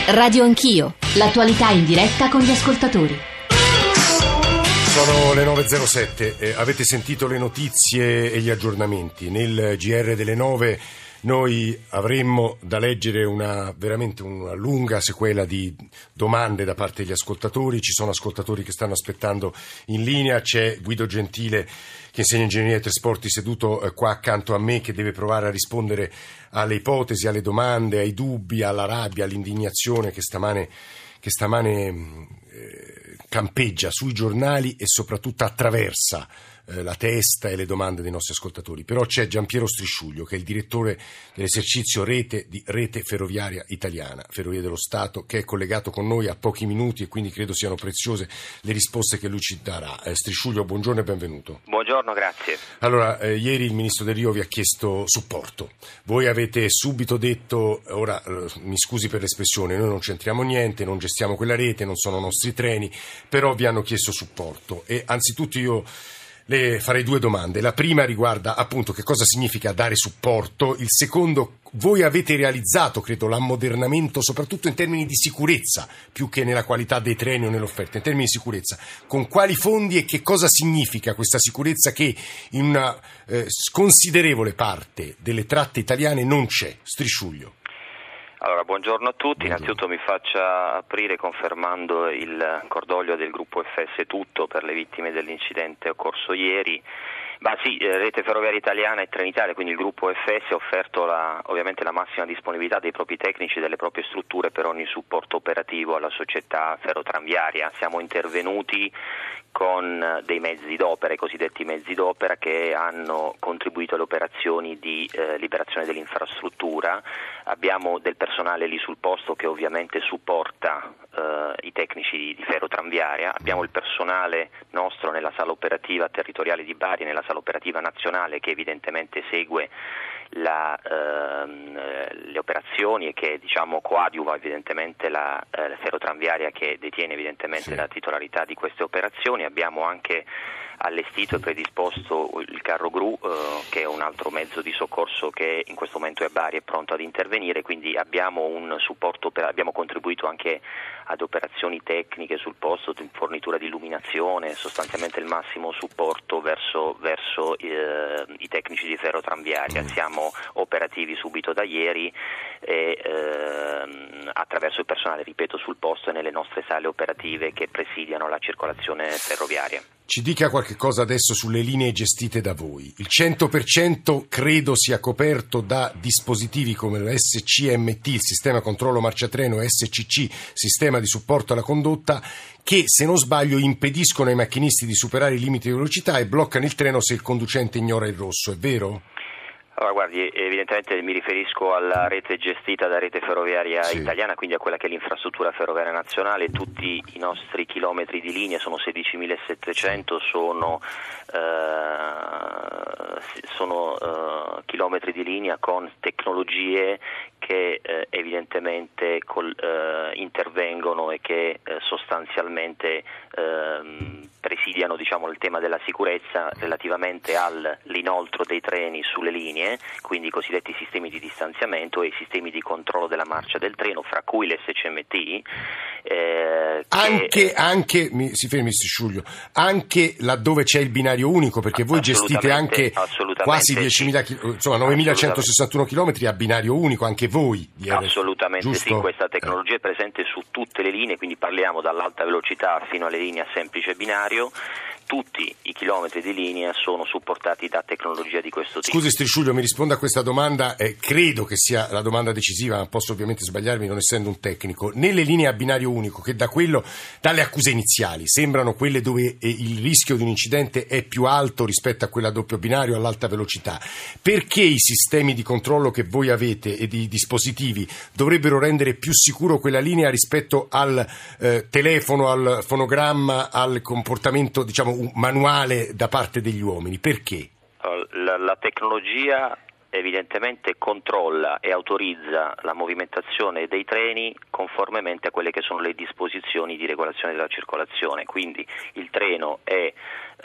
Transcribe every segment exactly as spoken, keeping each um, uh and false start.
Radio Anch'io, l'attualità in diretta con gli ascoltatori. Sono le nove e zero sette, eh, avete sentito le notizie e gli aggiornamenti. Nel G R delle nove noi avremmo da leggere una veramente una lunga sequela di domande da parte degli ascoltatori. Ci sono ascoltatori che stanno aspettando in linea, c'è Guido Gentile che insegna ingegneria dei trasporti seduto eh, qua accanto a me, che deve provare a rispondere alle ipotesi, alle domande, ai dubbi, alla rabbia, all'indignazione che stamane, che stamane eh, campeggia sui giornali e soprattutto attraversa eh, la testa e le domande dei nostri ascoltatori. Però c'è Giampiero Strisciuglio, che è il direttore dell'esercizio rete di Rete Ferroviaria Italiana, Ferrovie dello Stato, che è collegato con noi a pochi minuti e quindi credo siano preziose le risposte che lui ci darà. Eh, Strisciuglio, buongiorno e benvenuto. Buongiorno, grazie. Allora, eh, ieri il ministro Del Rio vi ha chiesto supporto. Voi avete subito detto, ora eh, mi scusi per l'espressione, noi non c'entriamo niente, non gestiamo quella rete, non sono nostri treni, però vi hanno chiesto supporto. E anzitutto io le farei due domande. La prima riguarda appunto che cosa significa dare supporto. Il secondo, voi avete realizzato, credo, l'ammodernamento soprattutto in termini di sicurezza, più che nella qualità dei treni o nell'offerta, in termini di sicurezza. Con quali fondi e che cosa significa questa sicurezza che in una eh, considerevole parte delle tratte italiane non c'è? Strisciuglio. Allora, buongiorno a tutti. Buongiorno. Innanzitutto mi faccia aprire confermando il cordoglio del gruppo F S Tutto per le vittime dell'incidente occorso ieri. Ma sì, Rete Ferroviaria Italiana e Trenitalia, quindi il gruppo F S, ha offerto la, ovviamente la massima disponibilità dei propri tecnici e delle proprie strutture per ogni supporto operativo alla società ferrotranviaria. Siamo intervenuti con dei mezzi d'opera, i cosiddetti mezzi d'opera, che hanno contribuito alle operazioni di eh, liberazione dell'infrastruttura. Abbiamo del personale lì sul posto che ovviamente supporta eh, i tecnici di, di ferrotranviaria. Abbiamo il personale nostro nella sala operativa territoriale di Bari, nella sala operativa nazionale, che evidentemente segue la, ehm, le operazioni e che diciamo coadiuva evidentemente la, eh, la ferrotranviaria, che detiene evidentemente sì. la titolarità di queste operazioni. Abbiamo anche allestito e predisposto il carro gru, eh, che è un altro mezzo di soccorso che in questo momento è a Bari e pronto ad intervenire, quindi abbiamo un supporto per, abbiamo contribuito anche ad operazioni tecniche sul posto, di fornitura di illuminazione, sostanzialmente il massimo supporto verso, verso eh, i tecnici di ferrotranviaria. Siamo operativi subito da ieri e ehm, attraverso il personale, ripeto, sul posto e nelle nostre sale operative che presidiano la circolazione ferroviaria. Ci dica qualche cosa adesso sulle linee gestite da voi. Il cento per cento credo sia coperto da dispositivi come lo S C M T, il sistema controllo marcia treno, S C C, sistema di supporto alla condotta, che se non sbaglio impediscono ai macchinisti di superare i limiti di velocità e bloccano il treno se il conducente ignora il rosso, è vero? Allora, guardi, evidentemente mi riferisco alla rete gestita da Rete Ferroviaria sì. Italiana, quindi a quella che è l'infrastruttura ferroviaria nazionale. Tutti i nostri chilometri di linea, sono sedicimilasettecento, sono, eh, sono eh, chilometri di linea con tecnologie che eh, evidentemente col, eh, intervengono e che eh, sostanzialmente eh, presidiano diciamo, il tema della sicurezza relativamente all'inoltro dei treni sulle linee, quindi i cosiddetti sistemi di distanziamento e i sistemi di controllo della marcia del treno, fra cui l'S C M T. Eh, anche, che, anche mi, si fermi Strisciuglio, anche laddove c'è il binario unico, perché voi gestite anche quasi diecimila, sì. insomma novemilacentosessantuno chilometri a binario unico, anche voi. Assolutamente giusto? Sì, questa tecnologia è presente su tutte le linee, quindi parliamo dall'alta velocità fino alle linee a semplice binario. Tutti i chilometri di linea sono supportati da tecnologia di questo tipo. Scusi Strisciuglio, mi risponda a questa domanda, eh, credo che sia la domanda decisiva, ma posso ovviamente sbagliarmi non essendo un tecnico. Nelle linee a binario unico, che da quello, dalle accuse iniziali, sembrano quelle dove eh, il rischio di un incidente è più alto rispetto a quella a doppio binario all'alta velocità, perché i sistemi di controllo che voi avete e di dispositivi dovrebbero rendere più sicuro quella linea rispetto al eh, telefono, al fonogramma, al comportamento, diciamo, manuale da parte degli uomini? Perché? La, la tecnologia evidentemente controlla e autorizza la movimentazione dei treni conformemente a quelle che sono le disposizioni di regolazione della circolazione, quindi il treno è eh,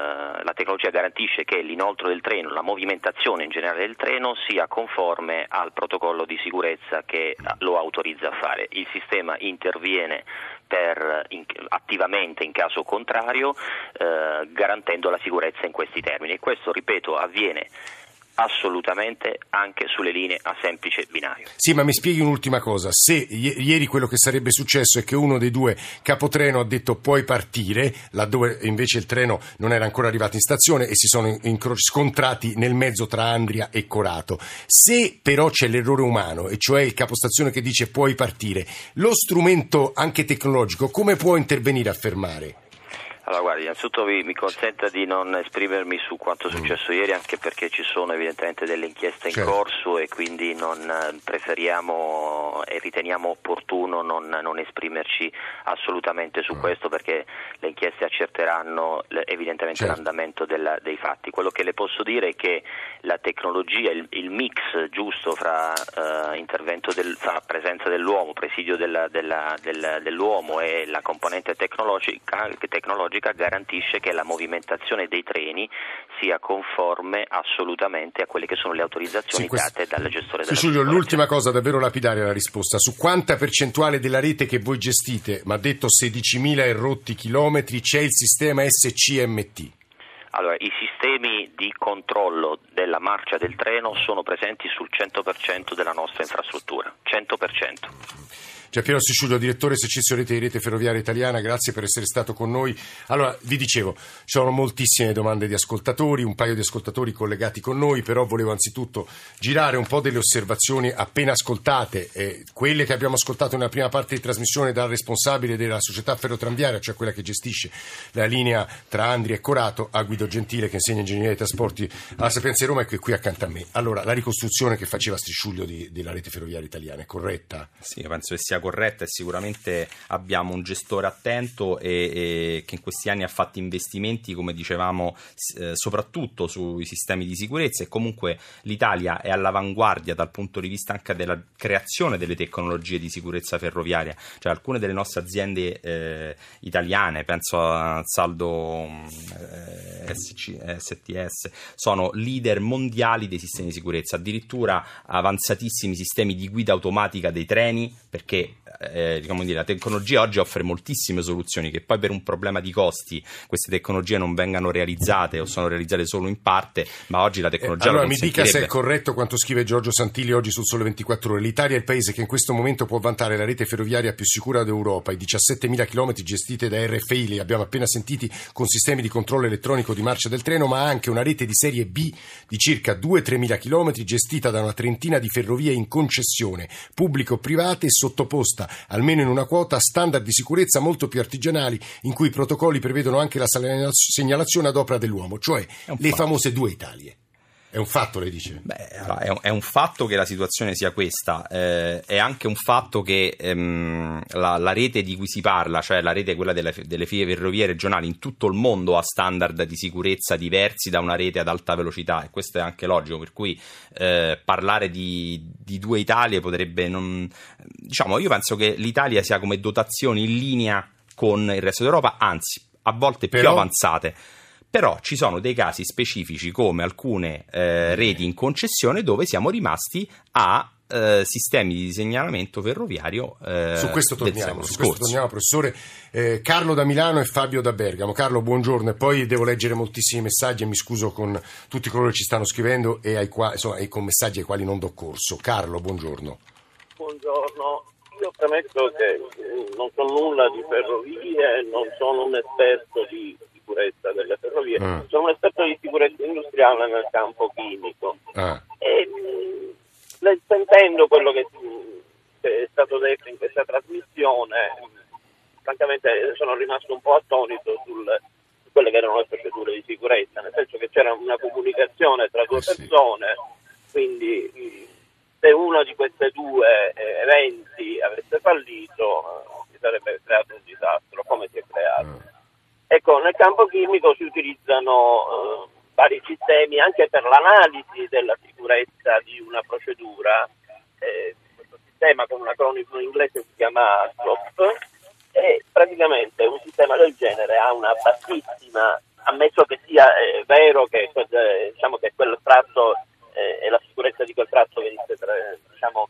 la tecnologia garantisce che l'inoltro del treno, la movimentazione in generale del treno sia conforme al protocollo di sicurezza che lo autorizza a fare. Il sistema interviene per, in, attivamente in caso contrario eh, garantendo la sicurezza in questi termini, e questo, ripeto, avviene assolutamente anche sulle linee a semplice binario. Sì, ma mi spieghi un'ultima cosa: se i- ieri quello che sarebbe successo è che uno dei due capotreno ha detto puoi partire, laddove invece il treno non era ancora arrivato in stazione, e si sono incro- scontrati nel mezzo tra Andria e Corato. Se però c'è l'errore umano, e cioè il capostazione che dice puoi partire, lo strumento anche tecnologico come può intervenire a fermare? Allora, guardi, innanzitutto vi, mi consenta di non esprimermi su quanto è successo mm. ieri, anche perché ci sono evidentemente delle inchieste in certo. corso, e quindi non eh, preferiamo e riteniamo opportuno non, non esprimerci assolutamente su mm. questo, perché le inchieste accerteranno le, evidentemente certo. l'andamento della, dei fatti. Quello che le posso dire è che la tecnologia, il, il mix giusto fra eh, intervento del, fra presenza dell'uomo, presidio della, della, del, dell'uomo e la componente tecnologica, tecnologica garantisce che la movimentazione dei treni sia conforme assolutamente a quelle che sono le autorizzazioni sì, questo... date dal gestore della Giulio, l'ultima cosa davvero lapidaria la risposta: su quanta percentuale della rete che voi gestite, ma detto sedicimila e rotti chilometri, c'è il sistema S C M T? Allora, i sistemi di controllo della marcia del treno sono presenti sul cento per cento della nostra infrastruttura, cento per cento. Giampiero Sicciullo, direttore esercizio rete di Rete Ferroviaria Italiana, grazie per essere stato con noi. Allora, vi dicevo, ci sono moltissime domande di ascoltatori, un paio di ascoltatori collegati con noi, però volevo anzitutto girare un po' delle osservazioni appena ascoltate, eh, quelle che abbiamo ascoltato nella prima parte di trasmissione dal responsabile della società ferrotranviaria, cioè quella che gestisce la linea tra Andria e Corato, a Guido Gentile, che insegna ingegneria dei trasporti alla Sapienza di Roma e che è qui accanto a me. Allora, la ricostruzione che faceva Strisciuglio di, della Rete Ferroviaria Italiana è corretta? Sì, io penso che sia corretta, e sicuramente abbiamo un gestore attento e, e che in questi anni ha fatto investimenti, come dicevamo, eh, soprattutto sui sistemi di sicurezza, e comunque l'Italia è all'avanguardia dal punto di vista anche della creazione delle tecnologie di sicurezza ferroviaria. Cioè, alcune delle nostre aziende eh, italiane, penso a Saldo eh, S C, S T S, sono leader mondiali dei sistemi di sicurezza, addirittura avanzatissimi sistemi di guida automatica dei treni, perché Eh, diciamo dire, la tecnologia oggi offre moltissime soluzioni, che poi per un problema di costi queste tecnologie non vengano realizzate o sono realizzate solo in parte, ma oggi la tecnologia eh, allora lo mi dica se è corretto quanto scrive Giorgio Santilli oggi sul Sole ventiquattro Ore. L'Italia è il paese che in questo momento può vantare la rete ferroviaria più sicura d'Europa, i diciassettemila chilometri gestite da R F I, li abbiamo appena sentiti, con sistemi di controllo elettronico di marcia del treno, ma ha anche una rete di serie B di circa due-tremila chilometri gestita da una trentina di ferrovie in concessione, pubbliche o private, e sottoposta almeno in una quota a standard di sicurezza molto più artigianali, in cui i protocolli prevedono anche la segnalazione ad opera dell'uomo, cioè le fatto. famose due Italie. È un fatto, lei dice? Beh, è, un, è un fatto che la situazione sia questa, eh, è anche un fatto che ehm, la, la rete di cui si parla, cioè la rete quella delle, delle ferrovie regionali in tutto il mondo, ha standard di sicurezza diversi da una rete ad alta velocità, e questo è anche logico, per cui eh, parlare di, di due Italie potrebbe non... Diciamo, io penso che l'Italia sia come dotazioni in linea con il resto d'Europa, anzi, a volte più Però... avanzate. Però ci sono dei casi specifici, come alcune eh, reti in concessione, dove siamo rimasti a eh, sistemi di segnalamento ferroviario. Eh, su questo torniamo, su questo torniamo, professore. Eh, Carlo da Milano e Fabio da Bergamo. Carlo, buongiorno, e poi devo leggere moltissimi messaggi e mi scuso con tutti coloro che ci stanno scrivendo e, ai qua, insomma, e con messaggi ai quali non do corso. Carlo, buongiorno. Buongiorno. Io premetto che non so nulla di ferrovie, non sono un esperto di sicurezza delle ferrovie, ah. sono un esperto di sicurezza industriale nel campo chimico. Ah. E mh, sentendo quello che, che è stato detto in questa trasmissione, francamente sono rimasto un po' attonito sul, su quelle che erano le procedure di sicurezza, nel senso che c'era una comunicazione tra due eh persone, sì. Quindi se uno di questi due eh, eventi avesse fallito eh, si sarebbe creato un disastro, come si è creato. Ah. Ecco, nel campo chimico si utilizzano eh, vari sistemi anche per l'analisi della sicurezza una procedura, eh, questo sistema con un acronimo in inglese si chiama S L O P, e praticamente un sistema del genere ha una bassissima, ammesso che sia eh, vero che, eh, diciamo, che quel tratto eh, e la sicurezza di quel tratto venisse diciamo,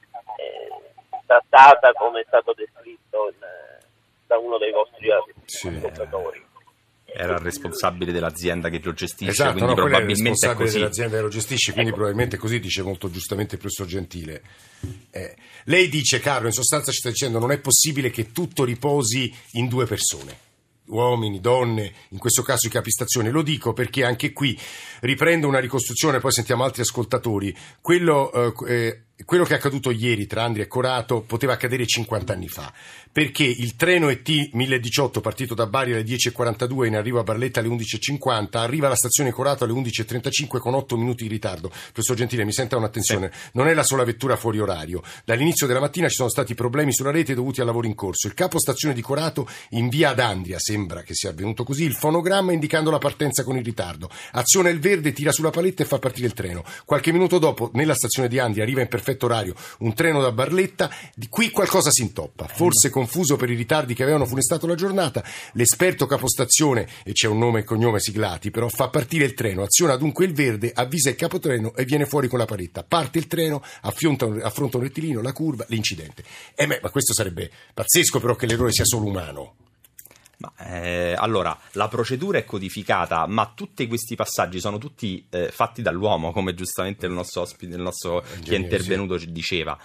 eh, trattata come è stato descritto in, da uno dei vostri ascoltatori. Sì. Era il responsabile dell'azienda che lo gestisce, esatto, quindi no, probabilmente è il responsabile è così. dell'azienda che lo gestisce, quindi ecco. Probabilmente così, dice molto giustamente il professor Gentile. Eh, lei dice, Carlo, in sostanza ci sta dicendo non è possibile che tutto riposi in due persone, uomini, donne, in questo caso i capistazione. Lo dico perché anche qui riprendo una ricostruzione, poi sentiamo altri ascoltatori. Quello, eh, quello che è accaduto ieri tra Andria e Corato poteva accadere cinquanta anni fa, perché il treno E T mille diciotto partito da Bari alle dieci e quarantadue, in arrivo a Barletta alle undici e cinquanta, arriva alla stazione Corato alle undici e trentacinque con otto minuti di ritardo. Professor Gentile, mi senta un'attenzione, sì. Non è la sola vettura fuori orario. Dall'inizio della mattina ci sono stati problemi sulla rete dovuti al lavoro in corso. Il capo stazione di Corato invia ad Andria, sembra che sia avvenuto così, il fonogramma indicando la partenza con il ritardo. Aziona il verde, tira sulla paletta e fa partire il treno. Qualche minuto dopo, nella stazione di Andria, arriva in perfetto orario un treno da Barletta. Di qui qualcosa si intoppa, forse confuso per i ritardi che avevano funestato la giornata. L'esperto capostazione, e c'è un nome e cognome siglati, però fa partire il treno, aziona dunque il verde, avvisa il capotreno e viene fuori con la paletta. Parte il treno, affronta un, affronta un rettilineo, la curva, l'incidente. Eh beh, ma questo sarebbe pazzesco, però, che l'errore sia solo umano. Ma, eh, allora, la procedura è codificata, ma tutti questi passaggi sono tutti eh, fatti dall'uomo, come giustamente il nostro ospite, il nostro chi è intervenuto ci diceva.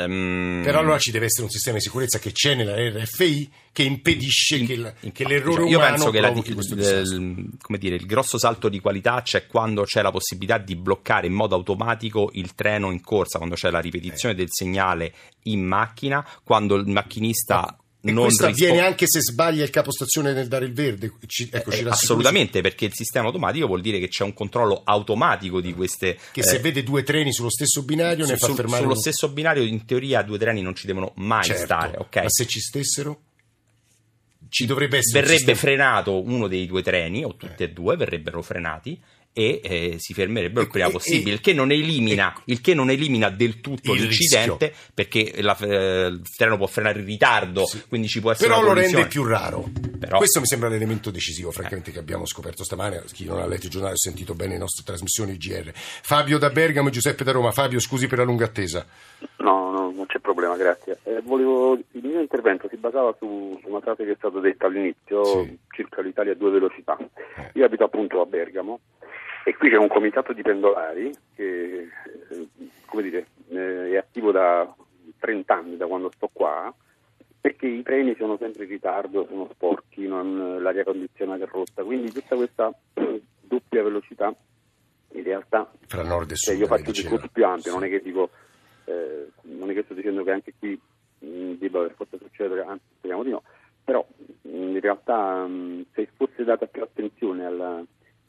Um, Però allora ci deve essere un sistema di sicurezza che c'è nella R F I che impedisce in, che, la, che l'errore io umano penso che la, questo il, come dire, il grosso salto di qualità c'è quando c'è la possibilità di bloccare in modo automatico il treno in corsa, quando c'è la ripetizione eh. del segnale in macchina, quando il macchinista... Ma... E non questo rispo- avviene anche se sbaglia il capostazione nel dare il verde? Ci, ecco, ci eh, assolutamente, perché il sistema automatico vuol dire che c'è un controllo automatico di queste... Che se eh, vede due treni sullo stesso binario su, ne fa su, fermare... Sullo uno. stesso binario in teoria due treni non ci devono mai certo, stare, ok? Ma se ci stessero? Ci dovrebbe essere... Verrebbe frenato uno dei due treni, o tutti eh. e due verrebbero frenati, e eh, si fermerebbero il prima e, possibile, e, il che non elimina e, il che non elimina del tutto l'incidente, rischio. Perché la, eh, il treno può frenare in ritardo, sì. Quindi ci può essere però una lo rende più raro. Però, questo mi sembra l'elemento decisivo, francamente, eh. che abbiamo scoperto stamane. Chi non ha letto il giornale ha sentito bene le nostre trasmissioni G R. Fabio da Bergamo e Giuseppe da Roma. Fabio, scusi per la lunga attesa. No, no, non c'è problema, grazie. Eh, volevo, il mio intervento si basava su una frase che è stata detta all'inizio, sì. circa l'Italia a due velocità. Eh. Io abito appunto a Bergamo e qui c'è un comitato di pendolari che eh, come dire, eh, è attivo da trenta anni, da quando sto qua, perché i treni sono sempre in ritardo, sono sporchi, non, l'aria condizionata è rotta, quindi tutta questa eh, doppia velocità in realtà fra nord e sud, cioè io faccio un discorso più ampio, non è che dico eh, non è che sto dicendo che anche qui mh, debba per forza succedere, anzi speriamo di no, però mh, in realtà mh, se fosse data più attenzione alla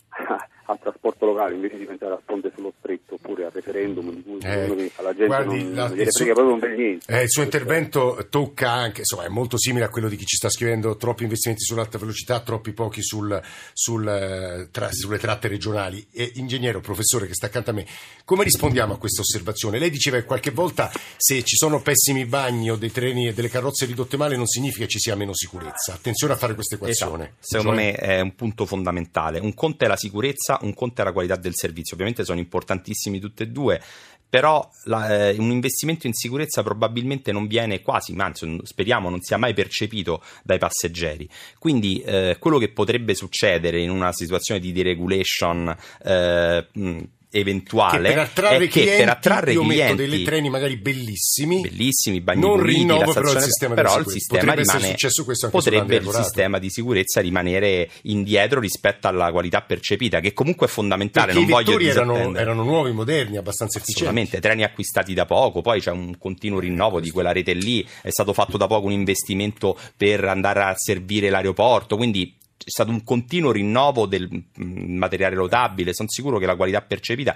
al trasporto locale invece di pensare a Ponte sullo Stretto oppure al referendum di cui eh, alla gente guardi, non, la, non gliene frega proprio per niente. Eh, il suo intervento tocca anche, insomma, è molto simile a quello di chi ci sta scrivendo: troppi investimenti sull'alta velocità, troppi pochi sul, sul, tra, sulle tratte regionali. E, ingegnere, professore che sta accanto a me, come rispondiamo a questa osservazione? Lei diceva che qualche volta se ci sono pessimi bagni o dei treni e delle carrozze ridotte male non significa che ci sia meno sicurezza. Attenzione a fare questa equazione. Esatto. Secondo cioè... me è un punto fondamentale. Un conto è la sicurezza, un conto è la qualità del servizio. Ovviamente sono importantissimi tutte e due, però la, eh, un investimento in sicurezza probabilmente non viene quasi, ma anzi speriamo non sia mai percepito dai passeggeri. Quindi eh, quello che potrebbe succedere in una situazione di deregulation eh, mh, eventuale che per attrarre è che clienti, per attrarre io clienti metto dei treni magari bellissimi bellissimi bagni non puliti, rinnovo la però il stazione, sistema, però di il sistema rimane potrebbe il sistema di sicurezza rimanere indietro rispetto alla qualità percepita, che comunque è fondamentale. Perché non i voglio erano, erano nuovi, moderni, abbastanza efficienti, assolutamente, treni acquistati da poco, poi c'è un continuo rinnovo di quella rete lì, è stato fatto da poco un investimento per andare a servire l'aeroporto, quindi c'è stato un continuo rinnovo del materiale rotabile. Sono sicuro che la qualità percepita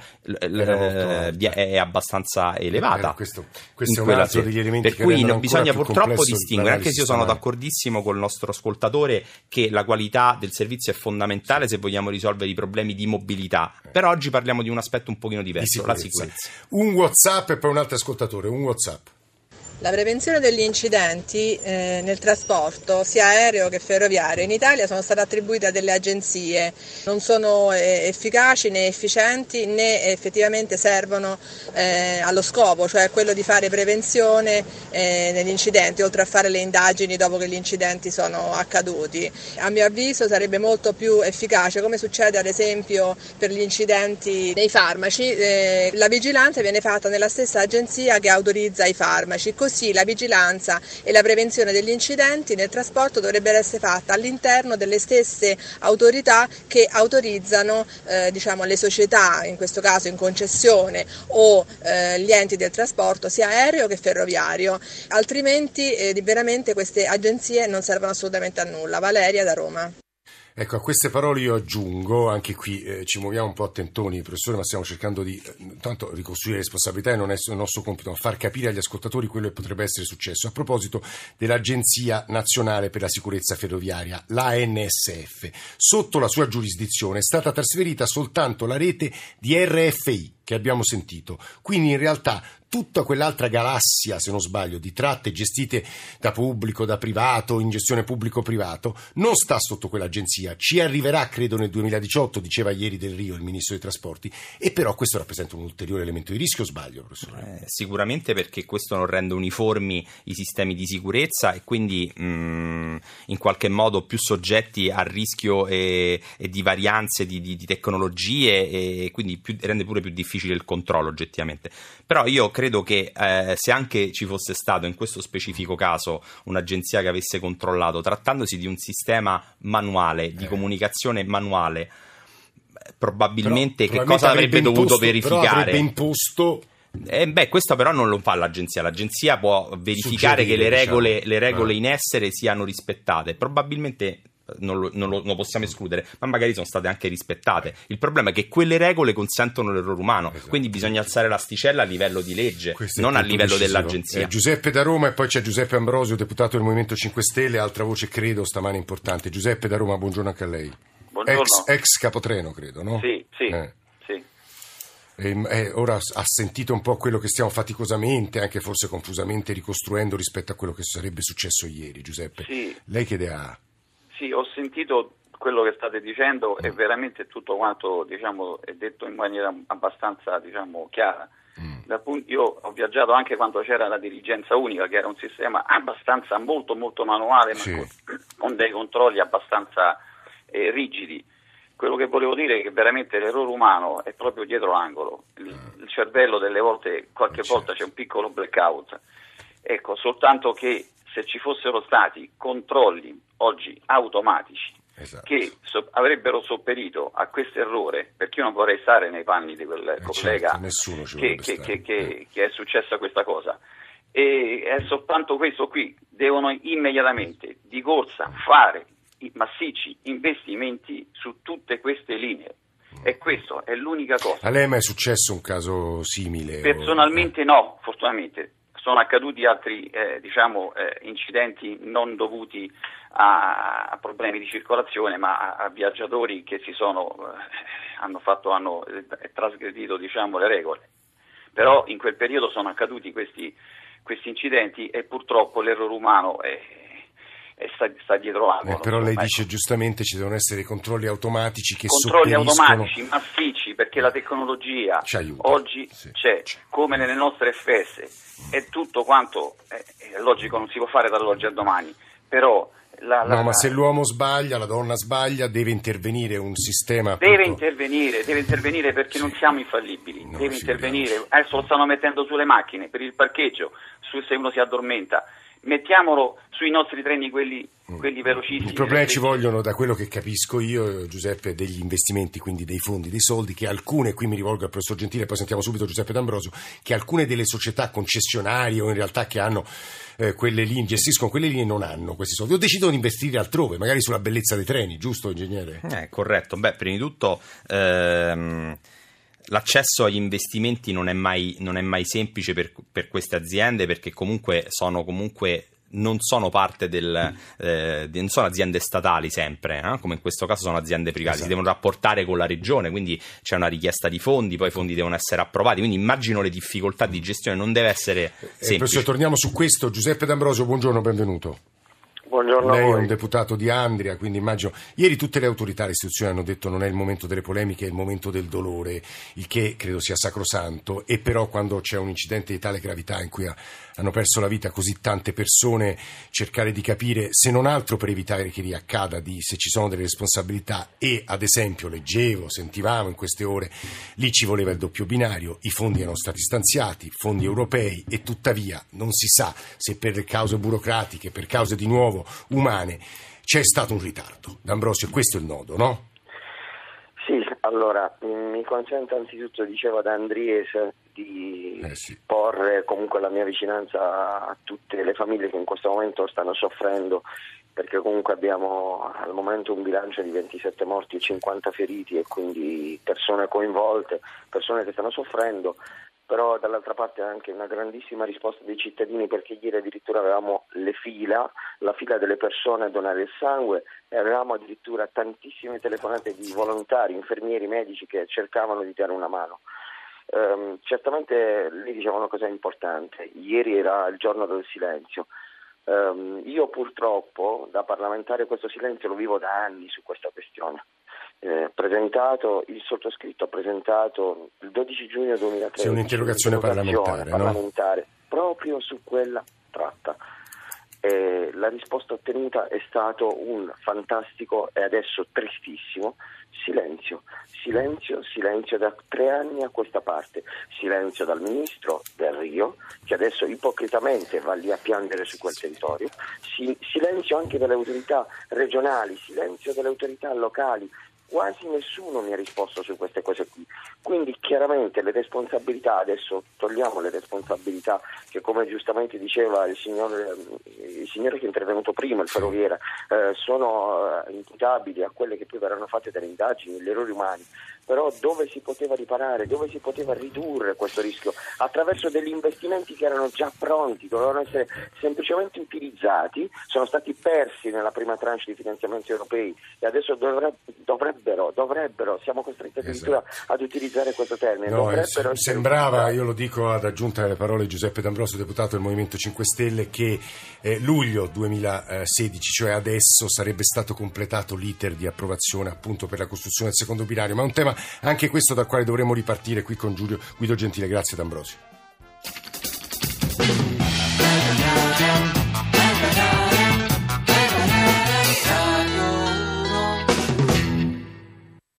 l- l- è abbastanza elevata. Eh, questo, questo è un altro degli elementi per che cui rendono bisogna ancora più purtroppo distinguere, anche se io sono sistemale. d'accordissimo col nostro ascoltatore che la qualità del servizio è fondamentale se vogliamo risolvere i problemi di mobilità, però oggi parliamo di un aspetto un pochino diverso, Di la sicurezza. sicurezza. Un WhatsApp e poi un altro ascoltatore, un WhatsApp. La prevenzione degli incidenti eh, nel trasporto, sia aereo che ferroviario, in Italia sono state attribuite a delle agenzie, non sono eh, efficaci né efficienti né effettivamente servono eh, allo scopo, cioè quello di fare prevenzione eh, negli incidenti, oltre a fare le indagini dopo che gli incidenti sono accaduti. A mio avviso sarebbe molto più efficace, come succede ad esempio per gli incidenti nei farmaci, eh, la vigilanza viene fatta nella stessa agenzia che autorizza i farmaci. Così la vigilanza e la prevenzione degli incidenti nel trasporto dovrebbero essere fatta all'interno delle stesse autorità che autorizzano eh, diciamo, le società, in questo caso in concessione, o eh, gli enti del trasporto sia aereo che ferroviario, altrimenti eh, veramente queste agenzie non servono assolutamente a nulla. Valeria da Roma. Ecco, a queste parole io aggiungo, anche qui eh, ci muoviamo un po' a tentoni, professore, ma stiamo cercando di eh, tanto ricostruire responsabilità e non è il nostro compito, ma far capire agli ascoltatori quello che potrebbe essere successo. A proposito dell'Agenzia Nazionale per la Sicurezza Ferroviaria, l'A N S F, sotto la sua giurisdizione è stata trasferita soltanto la rete di R F I che abbiamo sentito, quindi in realtà tutta quell'altra galassia, se non sbaglio, di tratte gestite da pubblico, da privato, in gestione pubblico-privato, non sta sotto quell'agenzia. Ci arriverà, credo, nel duemiladiciotto, diceva ieri Del Rio, il ministro dei trasporti, e però questo rappresenta un ulteriore elemento di rischio, o sbaglio, professore? Eh, sicuramente, perché questo non rende uniformi i sistemi di sicurezza e quindi mh, in qualche modo più soggetti a rischio e, e di varianze di, di, di tecnologie, e quindi più, rende pure più difficile il controllo oggettivamente. Però io credo che eh, se anche ci fosse stato in questo specifico caso un'agenzia che avesse controllato, trattandosi di un sistema manuale, di eh. comunicazione manuale, probabilmente però, che cosa avrebbe, avrebbe dovuto imposto, verificare? Però avrebbe imposto... Eh beh, questo però non lo fa l'agenzia. L'agenzia può verificare Suggerire, che le regole, diciamo. le regole eh. in essere siano rispettate. Probabilmente non lo, non lo possiamo escludere, ma magari sono state anche rispettate. Il problema è che quelle regole consentono l'errore umano, esatto. Quindi bisogna alzare l'asticella a livello di legge, non a livello decisivo. dell'agenzia. Eh, Giuseppe da Roma, e poi c'è Giuseppe Ambrosio, deputato del Movimento cinque Stelle, altra voce credo stamane importante. Giuseppe da Roma, buongiorno anche a lei. Buongiorno. Ex, ex capotreno, credo, no? Sì, sì. Eh. sì. E, eh, ora ha sentito un po' quello che stiamo faticosamente, anche forse confusamente ricostruendo rispetto a quello che sarebbe successo ieri, Giuseppe. Sì. Lei che idea ha? Sì, ho sentito quello che state dicendo e veramente tutto quanto, diciamo, è detto in maniera abbastanza, diciamo, chiara. Mm. Da punto, io ho viaggiato anche quando c'era la dirigenza unica, che era un sistema abbastanza molto molto manuale, sì. ma con, con dei controlli abbastanza eh, rigidi. Quello che volevo dire è che veramente l'errore umano è proprio dietro l'angolo. Il, mm. il cervello delle volte, qualche certo. volta c'è un piccolo blackout. Ecco, soltanto che se ci fossero stati controlli oggi automatici, esatto. che so- avrebbero sopperito a questo errore, perché io non vorrei stare nei panni di quel eh collega certo, che, che, che, che, che è successa questa cosa, e è soltanto questo qui: devono immediatamente di corsa fare i massicci investimenti su tutte queste linee, e questo è l'unica cosa. A lei mai è successo un caso simile? Personalmente o... no, fortunatamente. Sono accaduti altri eh, diciamo, eh, incidenti non dovuti a, a problemi di circolazione, ma a, a viaggiatori che si sono eh, hanno fatto hanno eh, trasgredito, diciamo, le regole. Però in quel periodo sono accaduti questi, questi incidenti e purtroppo l'errore umano è, è sta, sta dietro l'angolo. Eh, però lei ecco. dice giustamente ci devono essere controlli automatici che controlli sopperiscono... automatici massicci, perché la tecnologia oggi sì. c'è, come nelle nostre F S. È tutto quanto, è, è logico, non si può fare dall'oggi al domani, però... La, la, no, ma se l'uomo sbaglia, la donna sbaglia, deve intervenire un sistema... Appunto... Deve intervenire, deve intervenire perché sì. non siamo infallibili, no, deve intervenire. Adesso lo stanno mettendo sulle macchine, per il parcheggio, su se uno si addormenta. Mettiamolo sui nostri treni, quelli, quelli velocissimi. Il problema ci vogliono, da quello che capisco io, Giuseppe, degli investimenti, quindi dei fondi, dei soldi, che alcune, qui mi rivolgo al professor Gentile, poi sentiamo subito Giuseppe D'Ambrosio, che alcune delle società concessionarie o in realtà che hanno eh, quelle linee, gestiscono quelle linee, non hanno questi soldi o decidono di investire altrove, magari sulla bellezza dei treni, giusto ingegnere? Eh, corretto. Beh, prima di tutto ehm, l'accesso agli investimenti non è mai, non è mai semplice per, per queste aziende, perché comunque sono comunque non sono parte del eh, non sono aziende statali sempre, eh? Come in questo caso sono aziende private, esatto. Si devono rapportare con la regione, quindi c'è una richiesta di fondi, poi i fondi devono essere approvati, quindi immagino le difficoltà di gestione, non deve essere semplice. Eh, professore, torniamo su questo. Giuseppe D'Ambrosio, buongiorno, benvenuto. Buongiorno Lei a voi. è un deputato di Andria, quindi immagino. Ieri tutte le autorità, le istituzioni hanno detto non è il momento delle polemiche, è il momento del dolore, il che credo sia sacrosanto, e però quando c'è un incidente di tale gravità in cui ha, hanno perso la vita così tante persone, cercare di capire, se non altro per evitare che riaccada, di se ci sono delle responsabilità. E ad esempio leggevo, sentivamo in queste ore, lì ci voleva il doppio binario, i fondi erano stati stanziati, fondi europei, e tuttavia non si sa se per cause burocratiche, per cause di nuovo umane, c'è stato un ritardo. D'Ambrosio, questo è il nodo, no? Sì, allora mi consento anzitutto, dicevo ad Andriese, di eh sì. porre comunque la mia vicinanza a tutte le famiglie che in questo momento stanno soffrendo, perché comunque abbiamo al momento un bilancio di ventisette morti e cinquanta feriti, e quindi persone coinvolte, persone che stanno soffrendo. Però dall'altra parte anche una grandissima risposta dei cittadini, perché ieri addirittura avevamo le fila, la fila delle persone a donare il sangue, e avevamo addirittura tantissime telefonate di volontari, infermieri, medici che cercavano di dare una mano. Um, certamente lì diceva una cosa importante, ieri era il giorno del silenzio. Um, io purtroppo da parlamentare questo silenzio lo vivo da anni su questa questione. Eh, presentato, il sottoscritto ha presentato il dodici giugno duemilatredici C'è un'interrogazione parlamentare, parlamentare no? proprio su quella tratta. Eh, la risposta ottenuta è stato un fantastico e adesso tristissimo silenzio, silenzio, silenzio da tre anni a questa parte, silenzio dal ministro Del Rio, che adesso ipocritamente va lì a piangere su quel territorio, si, silenzio anche delle autorità regionali, silenzio delle autorità locali. Quasi nessuno mi ha risposto su queste cose qui, quindi chiaramente le responsabilità, adesso togliamo le responsabilità che, come giustamente diceva il signore, il signore che è intervenuto prima, il ferroviere, eh, sono eh, imputabili a quelle che poi verranno fatte delle indagini, gli errori umani, però dove si poteva riparare, dove si poteva ridurre questo rischio? Attraverso degli investimenti che erano già pronti, dovevano essere semplicemente utilizzati, sono stati persi nella prima tranche di finanziamenti europei e adesso dovrebbero, dovrebbero, dovrebbero siamo costretti addirittura esatto. ad utilizzare questo termine. No, dovrebbero eh, sembrava, io lo dico ad aggiunta alle parole di Giuseppe D'Ambrosio, deputato del Movimento cinque Stelle, che eh, luglio duemilasedici, cioè adesso, sarebbe stato completato l'iter di approvazione appunto per la costruzione del secondo binario, ma è un tema anche questo dal quale dovremo ripartire qui con Giulio Guido Gentile. Grazie D'Ambrosio.